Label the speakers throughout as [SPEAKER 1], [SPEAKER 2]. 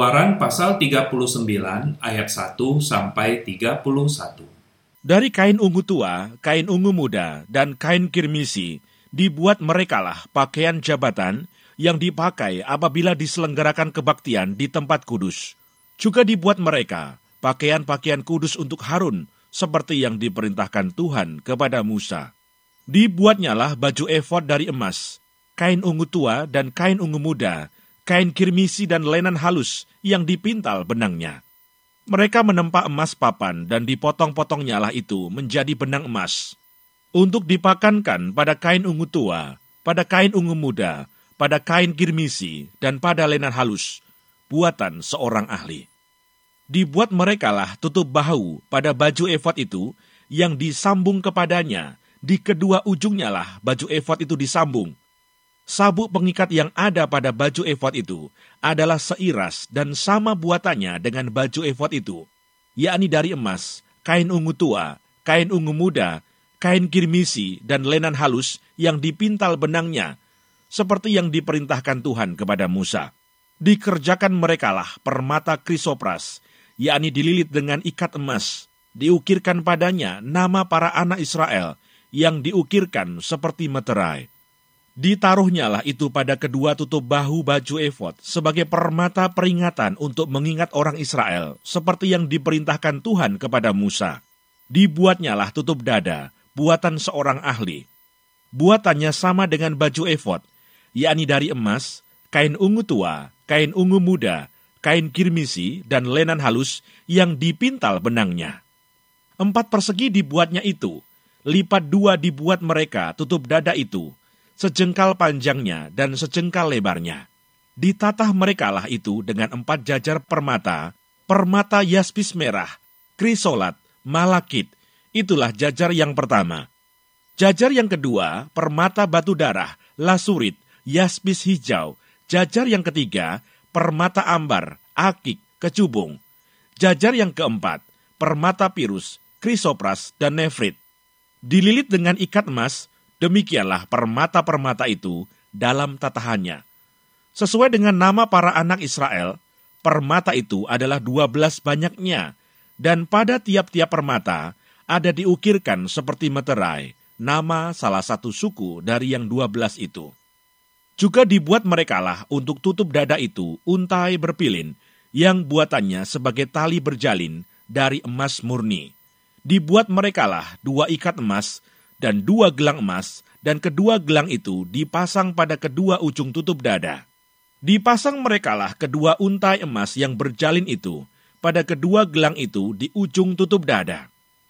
[SPEAKER 1] Keluaran pasal 39 ayat 1 sampai 31.
[SPEAKER 2] Dari kain ungu tua, kain ungu muda, dan kain kirmisi, dibuat merekalah pakaian jabatan yang dipakai apabila diselenggarakan kebaktian di tempat kudus. Juga dibuat mereka pakaian-pakaian kudus untuk Harun, seperti yang diperintahkan Tuhan kepada Musa. Dibuatnyalah baju efod dari emas, kain ungu tua dan kain ungu muda, kain kirmisi dan lenan halus yang dipintal benangnya. Mereka menempa emas papan dan dipotong-potongnya itu menjadi benang emas, untuk dipakankan pada kain ungu tua, pada kain ungu muda, pada kain kirmisi, dan pada lenan halus, buatan seorang ahli. Dibuat merekalah tutup bahu pada baju efod itu, yang disambung kepadanya, di kedua ujungnya lah baju efod itu disambung. Sabuk pengikat yang ada pada baju efod itu adalah seiras dan sama buatannya dengan baju efod itu, yakni dari emas, kain ungu tua, kain ungu muda, kain kirmisi, dan lenan halus yang dipintal benangnya, seperti yang diperintahkan Tuhan kepada Musa. Dikerjakan merekalah permata krisopras, yakni dililit dengan ikat emas, diukirkan padanya nama para anak Israel, yang diukirkan seperti meterai. Ditaruhnyalah itu pada kedua tutup bahu baju efod sebagai permata peringatan untuk mengingat orang Israel, seperti yang diperintahkan Tuhan kepada Musa. Dibuatnyalah tutup dada, buatan seorang ahli. Buatannya sama dengan baju efod, yakni dari emas, kain ungu tua, kain ungu muda, kain kirmisi, dan lenan halus yang dipintal benangnya. 4 persegi dibuatnya itu, lipat 2 dibuat mereka tutup dada itu, sejengkal panjangnya dan sejengkal lebarnya. Ditatah merekalah itu dengan 4 jajar permata, permata yaspis merah, krisolat, malakit. Itulah jajar yang pertama. Jajar yang kedua, permata batu darah, lasurit, yaspis hijau. Jajar yang ketiga, permata ambar, akik, kecubung. Jajar yang keempat, permata pirus, krisopras, dan nefrit. Dililit dengan ikat emas. Demikianlah permata-permata itu dalam tatahannya. Sesuai dengan nama para anak Israel, permata itu adalah 12 banyaknya, dan pada tiap-tiap permata ada diukirkan seperti meterai, nama salah satu suku dari yang 12 itu. Juga dibuat merekalah untuk tutup dada itu untai berpilin, yang buatannya sebagai tali berjalin dari emas murni. Dibuat merekalah 2 ikat emas, dan 2 gelang emas, dan kedua gelang itu dipasang pada kedua ujung tutup dada. Dipasang merekalah kedua untai emas yang berjalin itu pada kedua gelang itu di ujung tutup dada.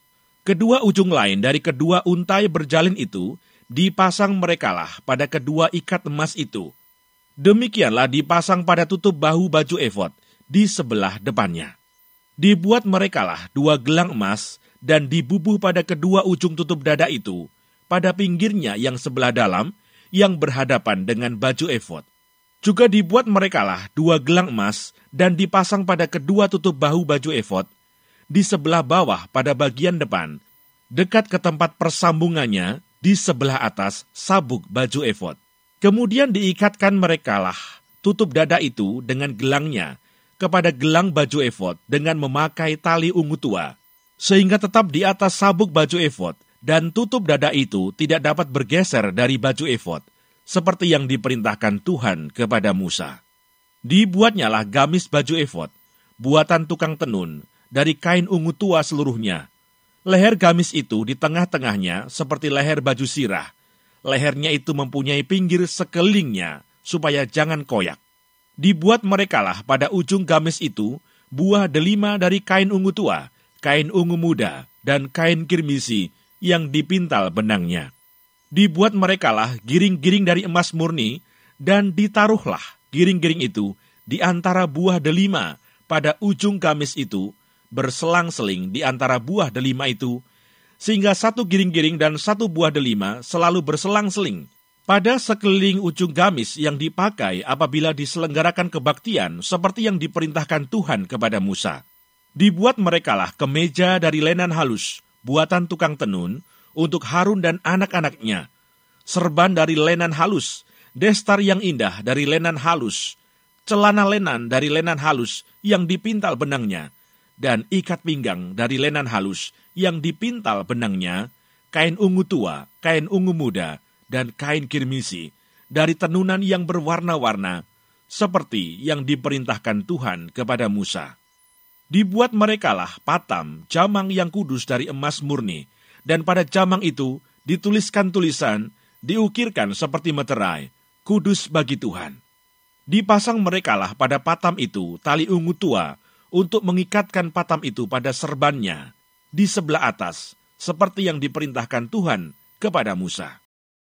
[SPEAKER 2] Kedua ujung lain dari kedua untai berjalin itu dipasang merekalah pada kedua ikat emas itu. Demikianlah dipasang pada tutup bahu baju efod di sebelah depannya. Dibuat merekalah 2 gelang emas, dan dibubuh pada kedua ujung tutup dada itu, pada pinggirnya yang sebelah dalam, yang berhadapan dengan baju efod. Juga dibuat merekalah 2 gelang emas, dan dipasang pada kedua tutup bahu baju efod, di sebelah bawah pada bagian depan, dekat ke tempat persambungannya, di sebelah atas sabuk baju efod. Kemudian diikatkan merekalah tutup dada itu dengan gelangnya, kepada gelang baju efod dengan memakai tali ungu tua, sehingga tetap di atas sabuk baju efod, dan tutup dada itu tidak dapat bergeser dari baju efod, seperti yang diperintahkan Tuhan kepada Musa. Dibuatnyalah gamis baju efod, buatan tukang tenun, dari kain ungu tua seluruhnya. Leher gamis itu di tengah-tengahnya seperti leher baju sirah. Lehernya itu mempunyai pinggir sekelilingnya, supaya jangan koyak. Dibuat merekalah pada ujung gamis itu, buah delima dari kain ungu tua, kain ungu muda, dan kain kirmisi yang dipintal benangnya. Dibuat merekalah giring-giring dari emas murni, dan ditaruhlah giring-giring itu di antara buah delima pada ujung gamis itu, berselang-seling di antara buah delima itu, sehingga 1 giring-giring dan 1 buah delima selalu berselang-seling pada sekeliling ujung gamis yang dipakai apabila diselenggarakan kebaktian seperti yang diperintahkan Tuhan kepada Musa. Dibuat merekalah kemeja dari lenan halus, buatan tukang tenun, untuk Harun dan anak-anaknya, serban dari lenan halus, destar yang indah dari lenan halus, celana lenan dari lenan halus yang dipintal benangnya, dan ikat pinggang dari lenan halus yang dipintal benangnya, kain ungu tua, kain ungu muda, dan kain kirmisi dari tenunan yang berwarna-warna, seperti yang diperintahkan Tuhan kepada Musa. Dibuat merekalah patam jamang yang kudus dari emas murni, dan pada jamang itu dituliskan tulisan, diukirkan seperti meterai, kudus bagi Tuhan. Dipasang merekalah pada patam itu tali ungu tua untuk mengikatkan patam itu pada serbannya di sebelah atas, seperti yang diperintahkan Tuhan kepada Musa.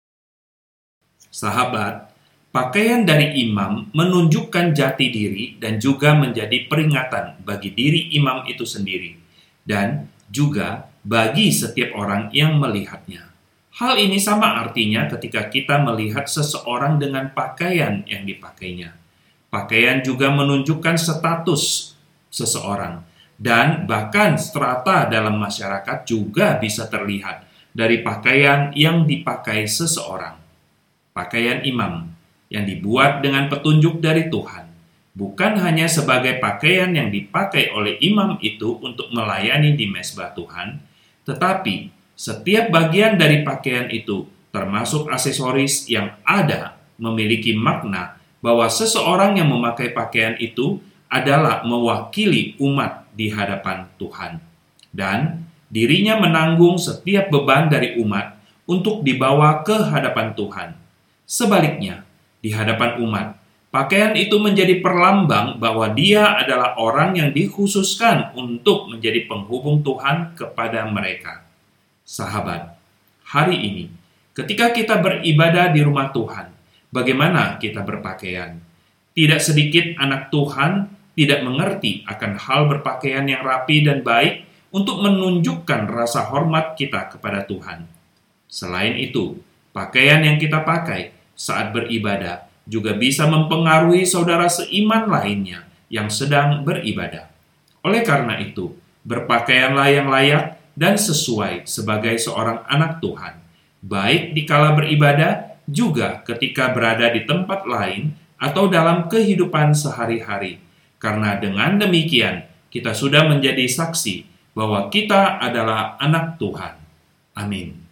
[SPEAKER 1] Sahabat, pakaian dari imam menunjukkan jati diri dan juga menjadi peringatan bagi diri imam itu sendiri, dan juga bagi setiap orang yang melihatnya. Hal ini sama artinya ketika kita melihat seseorang dengan pakaian yang dipakainya. Pakaian juga menunjukkan status seseorang, dan bahkan strata dalam masyarakat juga bisa terlihat dari pakaian yang dipakai seseorang. Pakaian imam yang dibuat dengan petunjuk dari Tuhan bukan hanya sebagai pakaian yang dipakai oleh imam itu untuk melayani di mezbah Tuhan, tetapi setiap bagian dari pakaian itu, termasuk aksesoris yang ada, memiliki makna bahwa seseorang yang memakai pakaian itu adalah mewakili umat di hadapan Tuhan, dan dirinya menanggung setiap beban dari umat untuk dibawa ke hadapan Tuhan. Sebaliknya, di hadapan umat, pakaian itu menjadi perlambang bahwa dia adalah orang yang dikhususkan untuk menjadi penghubung Tuhan kepada mereka. Sahabat, hari ini, ketika kita beribadah di rumah Tuhan, bagaimana kita berpakaian? Tidak sedikit anak Tuhan tidak mengerti akan hal berpakaian yang rapi dan baik untuk menunjukkan rasa hormat kita kepada Tuhan. Selain itu, pakaian yang kita pakai saat beribadah juga bisa mempengaruhi saudara seiman lainnya yang sedang beribadah. Oleh karena itu, berpakaianlah yang layak dan sesuai sebagai seorang anak Tuhan, baik dikala beribadah, juga ketika berada di tempat lain atau dalam kehidupan sehari-hari. Karena dengan demikian, kita sudah menjadi saksi bahwa kita adalah anak Tuhan. Amin.